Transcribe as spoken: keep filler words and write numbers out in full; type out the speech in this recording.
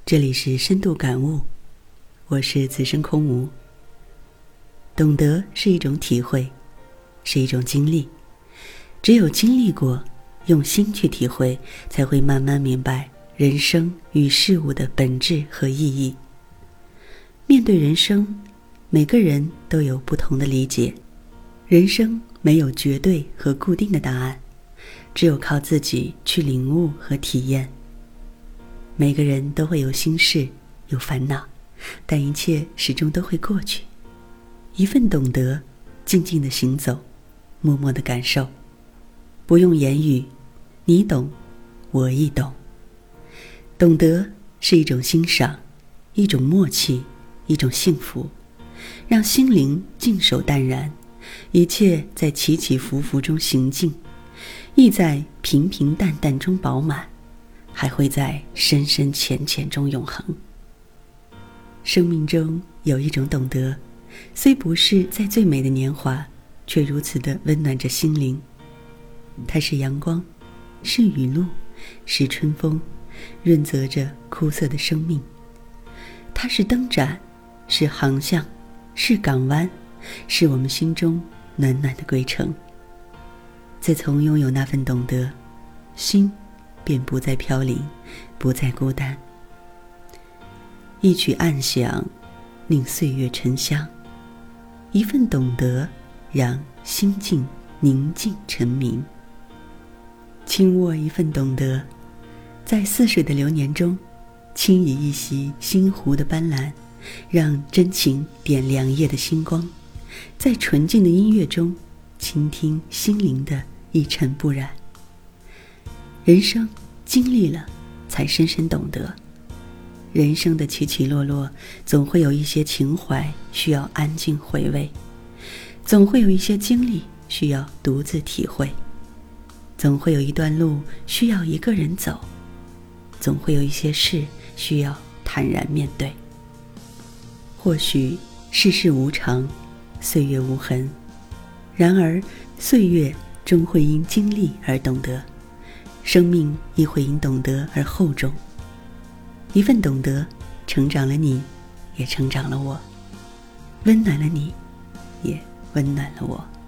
这里是深度感悟，我是此生空无。懂得是一种体会，是一种经历，只有经历过，用心去体会，才会慢慢明白人生与事物的本质和意义。面对人生，每个人都有不同的理解，人生没有绝对和固定的答案，只有靠自己去领悟和体验。每个人都会有心事，有烦恼，但一切始终都会过去。一份懂得，静静地行走，默默地感受，不用言语，你懂，我亦懂。懂得是一种欣赏，一种默契，一种幸福，让心灵静守淡然，一切在起起伏伏中行进，亦在平平淡淡中饱满，还会在深深浅浅中永恒。生命中有一种懂得，虽不是在最美的年华，却如此的温暖着心灵。它是阳光，是雨露，是春风，润泽着枯涩的生命。它是灯盏，是航向，是港湾，是我们心中暖暖的归程。自从拥有那份懂得，心便不再飘零，不再孤单。一曲暗响，令岁月沉香；一份懂得，让心境宁静沉明。轻握一份懂得，在似水的流年中，轻移一袭星湖的斑斓，让真情点亮夜的星光。在纯净的音乐中，倾听心灵的一尘不染。人生经历了，才深深懂得。人生的起起落落，总会有一些情怀需要安静回味，总会有一些经历需要独自体会，总会有一段路需要一个人走，总会有一些事需要坦然面对。或许世事无常，岁月无痕，然而岁月终会因经历而懂得，生命亦会因懂得而厚重。一份懂得，成长了你，也成长了我，温暖了你，也温暖了我。